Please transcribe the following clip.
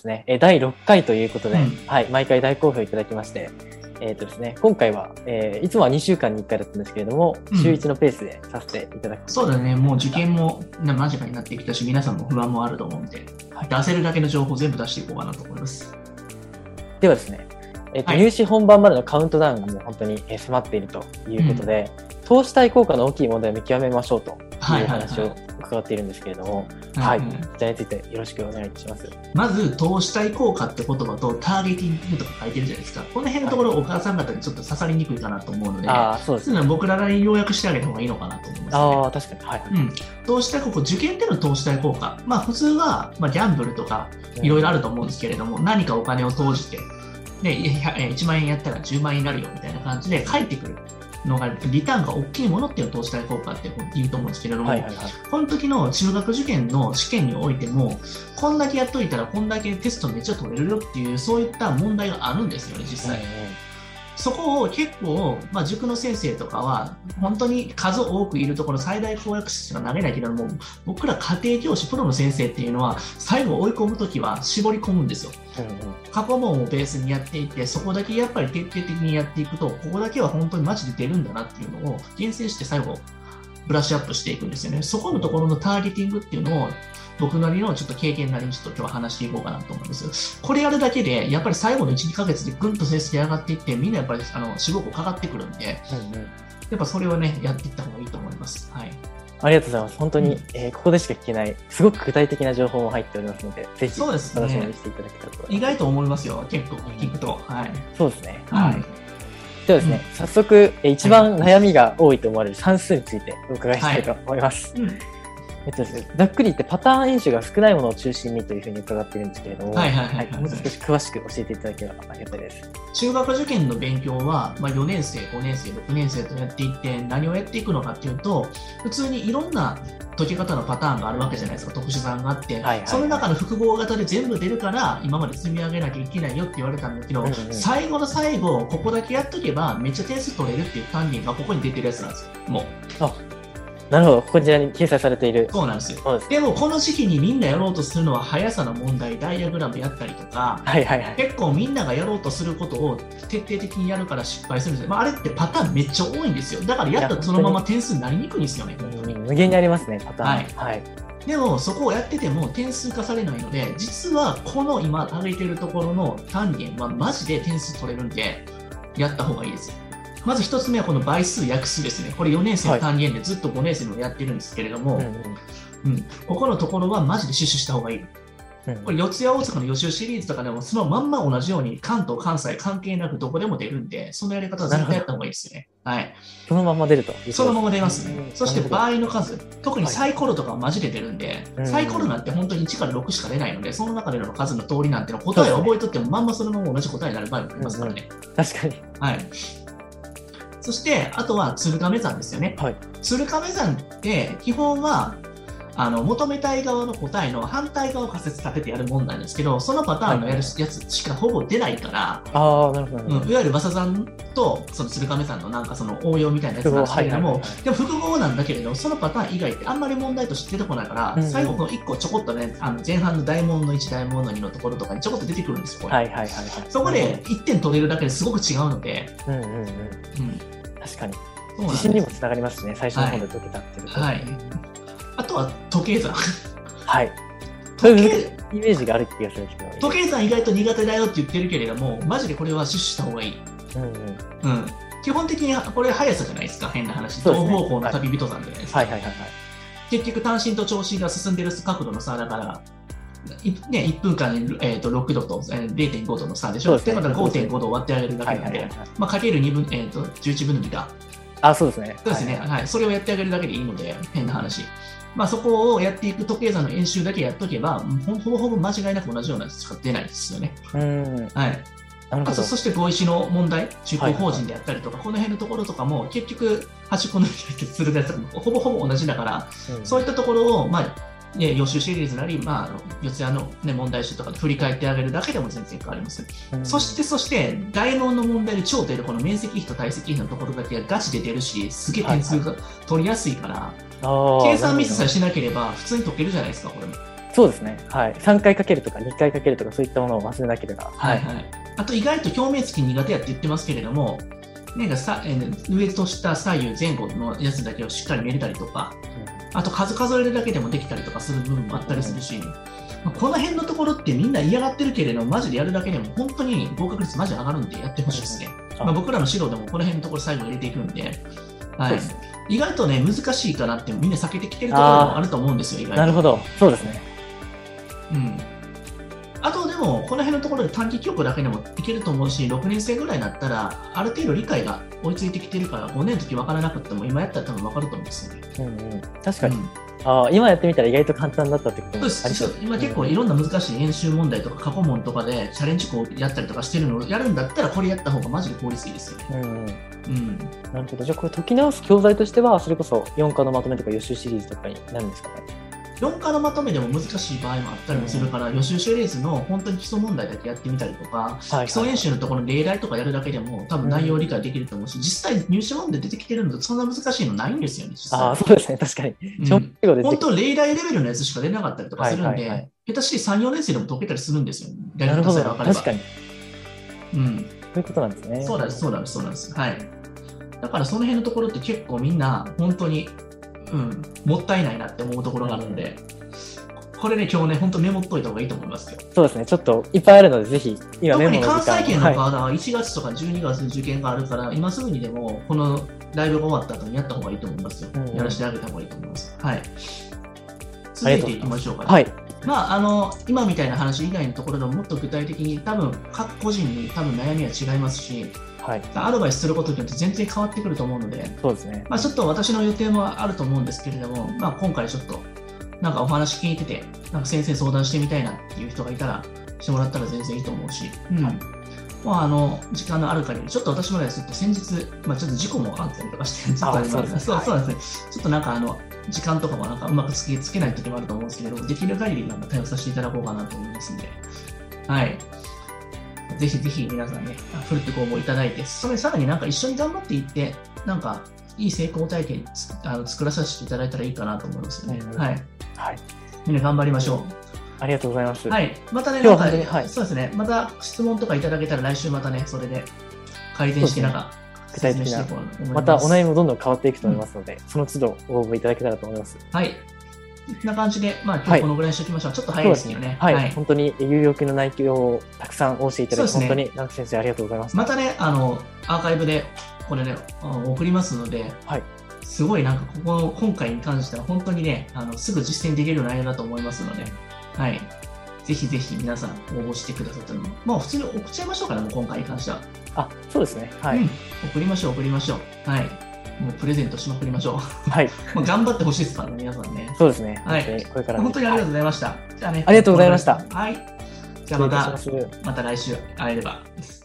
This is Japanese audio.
ですね、第6回ということで、 うん、 はい、毎回大好評いただきまして、ですね、今回は、いつもは2週間に1回だったんですけれども、週1のペースでさせていただく、 そうだね、もう受験も間近になってきたし、皆さんも不安もあると思うんで、はい、出せるだけの情報を全部出していこうかなと思います。 ではですね、入試本番までのカウントダウンがもう本当に迫っているということで、投資対効果の大きい問題を見極めましょうという話を伺っているんですけれども、はい、こちらについてよろしくお願いいたします。 まず、投資対効果って言葉とターゲティングとか書いてるじゃないですか。この辺のところ、お母さん方にちょっと刺さりにくいかなと思うので、そういうのは僕らなりに要約してあげた方がいいのかなと思いますね。 確かに。はい。 投資対効果、受験での投資対効果、普通は、ギャンブルとかいろいろあると思うんですけれども、何かお金を投じて、1万円やったら10万円になるよみたいな感じで返ってくるのが、リターンが大きいものっていうのを投資対効果って言うと思うんですけれども、この時の中学受験の試験においても、こんだけやっといたらこんだけテストめっちゃ取れるよっていう、そういった問題があるんですよね、実際。そこを結構、塾の先生とかは、本当に数多くいるところ、最大公約数しか投げないけれども、僕ら家庭教師、プロの先生っていうのは、最後追い込むときは絞り込むんですよ。過去問をベースにやっていて、そこだけやっぱり徹底的にやっていくと、ここだけは本当にマジで出るんだなっていうのを厳選して最後、ブラッシュアップしていくんですよね。そこのところのターゲティングっていうのを、僕なりのちょっと経験なりにちょっと今日は話していこうかなと思うんです。これやるだけで、やっぱり最後の1、2ヶ月でぐんと成績上がっていって、みんなやっぱり志望校かかってくるんで、やっぱそれをね、やっていった方がいいと思います。はい。 ありがとうございます。本当に、ここでしか聞けない、すごく具体的な情報も入っておりますので、ぜひ楽しみにしていただけたらと思います。 意外と思いますよ、結構聞くと。はい。 そうですね。はい。ではですね、早速、一番悩みが多いと思われる算数についてお伺いしたいと思います。ですね、ざっくり言ってパターン演習が少ないものを中心にというふうに伺っているんですけれども、もう少し詳しく教えていただければありがたいです。 中学受験の勉強は、4年生、5年生、6年生とやっていって、何をやっていくのかっていうと、普通にいろんな解き方のパターンがあるわけじゃないですか、特殊算があって、その中の複合型で全部出るから、今まで積み上げなきゃいけないよって言われたんだけど、最後の最後、ここだけやっとけば、めっちゃ点数取れるっていう単元がここに出てるやつなんですよ、もう。 なるほど、こちらに掲載されている。 そうなんですよ。でも、この時期にみんなやろうとするのは、速さの問題、ダイアグラムやったりとか、結構みんながやろうとすることを徹底的にやるから失敗するんですよ。あれってパターンめっちゃ多いんですよ。だからやったらそのまま点数になりにくいんですよね。 無限にありますね、パターン。はい。 でも、そこをやってても点数化されないので、実はこの今挙げてるところの単元はマジで点数取れるんで、やった方がいいですよ。まず一つ目はこの倍数、約数ですね。これ4年生の単元でずっと5年生のやってるんですけれども、ここのところはマジで死守した方がいい。これ四谷大阪の予習シリーズとかでもそのまんま同じように関東、関西関係なくどこでも出るんで、そのやり方は絶対やった方がいいですよね。はい。 そのまま出ると。 そのまま出ますね。そして場合の数、特にサイコロとかはマジで出るんで、サイコロなんて本当に1から6しか出ないので、その中での数の通りなんての答えを覚えとってもまんまそのまま同じ答えになる場合もありますからね。 確かに。 はい。そして、あとは鶴亀算ですよね。鶴亀算って基本は求めたい側の答えの反対側を仮説立ててやるもんなんですけど、そのパターンのやるやつしかほぼ出ないから、いわゆる和佐算とその鶴亀算のなんかその応用みたいなやつなんですけれども、でも複合なんだけれど、そのパターン以外ってあんまり問題として出てこないから、最後の1個ちょこっとね、前半の大問の1、大問の2のところとかにちょこっと出てくるんですよ、これ。そこで1点取れるだけですごく違うので、 確かに。自信にもつながりますね、最初の方で解けたっていうと。 あとは時計算。 はい。イメージがある気がするけど。 時計算意外と苦手だよって言ってるけれども、マジでこれは死守した方がいい。基本的にこれ速さじゃないですか、変な話。同方向の旅人さんじゃないですか。結局単身と長身が進んでる角度の差だから、1分間に6度と 0.5 度の差でしょ。ってことは 5.5 度割ってあげるだけなので、かける2分、11分の2だ。 そうですね。 そうですね。はい。それをやってあげるだけでいいので、変な話。そこをやっていく時計算の演習だけやっとけば、ほぼほぼ間違いなく同じようなやつしか出ないですよね。はい。そして合意詞の問題、中高法人であったりとか、この辺のところとかも、結局、端っこの解決するやつとかほぼほぼ同じだから、そういったところを、予習シリーズなり、四谷の、問題集とかで振り返ってあげるだけでも全然変わります。そして、大問の問題で超出るこの面積比と体積比のところだけがガチで出るし、すげえ点数が取りやすいから、計算ミスさえしなければ普通に解けるじゃないですか、これも。 そうですね。はい。3回かけるとか2回かけるとかそういったものを忘れなければ。 はいはい。あと意外と表面積苦手やって言ってますけれども、なんか上と下、左右、前後のやつだけをしっかり見れたりとか、あと数えるだけでもできたりとかする部分もあったりするし、この辺のところってみんな嫌がってるけれど、マジでやるだけでも本当に合格率マジ上がるんでやってほしいですね。僕らの指導でもこの辺のところ最後入れていくんで、はい。意外とね、難しいかなってみんな避けてきてるところもあると思うんですよ、意外と。 なるほど。そうですね。 うん。あとでも、この辺のところで短期記憶だけでもいけると思うし、6年生ぐらいになったら、ある程度理解が追いついてきてるから、5年の時分からなくても、今やったら多分分かると思うんですよね。 確かに。今やってみたら意外と簡単だったってこともありそうです。 今結構いろんな難しい演習問題とか過去問とかでチャレンジ校やったりとかしてるのをやるんだったら、これやった方がマジで効率いいですよね。 なるほど。じゃあこれ解き直す教材としては、それこそ4課のまとめとか予習シリーズとかになるんですかね。 4課のまとめでも難しい場合もあったりもするから、予習シリーズの本当に基礎問題だけやってみたりとか、基礎演習のところの例題とかやるだけでも多分内容を理解できると思うし、実際入試問題出てきてるのとそんな難しいのないんですよね、実際。 そうですね、確かに。 本当例題レベルのやつしか出なかったりとかするんで、下手し3、4年生でも解けたりするんですよ。 なるほど、確かに。そういうことなんですね。 そうなんです。はい。だからその辺のところって結構みんな本当にもったいないなって思うところがあるので、これね、今日ね、本当メモっといた方がいいと思いますよ。 そうですね、ちょっといっぱいあるので、ぜひ、今メモの時間。 特に関西圏の方は1月とか12月の受験があるから、今すぐにでも、このライブが終わった後にやった方がいいと思いますよ。やらせてあげた方がいいと思います。はい。続いていきましょうかね。 はい。 今みたいな話以外のところでももっと具体的に、多分、各個人に多分悩みは違いますし、アドバイスすることによって全然変わってくると思うので、 そうですね。 ちょっと私の予定もあると思うんですけれども、今回ちょっと、なんかお話聞いてて、なんか先生相談してみたいなっていう人がいたら、してもらったら全然いいと思うし、時間のある限り、ちょっと私もですね、先日、ちょっと事故もあったりとかして、そうなんですね。ちょっとなんか時間とかもなんかうまくつけない時もあると思うんですけれども、できる限りなんか対応させていただこうかなと思いますので、はい。ぜひぜひ皆さんね、フルってご応募いただいて、それさらになんか一緒に頑張っていって、なんかいい成功体験作らさせていただいたらいいかなと思いますよね。はい。みんな頑張りましょう。 ありがとうございます。 はい。またね、なんか、そうですね。また質問とかいただけたら来週またね、それで改善してなんか、 具体的な、またお悩みもどんどん変わっていくと思いますので、その都度ご応募いただけたらと思います。 はい。こんな感じで、今日このぐらいにしておきましょう。ちょっと早いですけどね。 はい。本当に有力な内容をたくさんお教えいただき、本当に直木先生ありがとうございます。 またね、アーカイブでこれね、送りますので、すごいなんか今回に関しては本当にね、すぐ実践できる内容だと思いますので、はい。ぜひぜひ皆さん応募してくださったのも、普通に送っちゃいましょうかね、もう今回に関しては。 そうですね。はい。 送りましょう。はい。もうプレゼントしまくりましょう。 はい。 頑張ってほしいですからね、皆さんね。 そうですね。 はい。 これから本当にありがとうございました。じゃあね。 ありがとうございました。 はい。じゃあまた来週会えれば。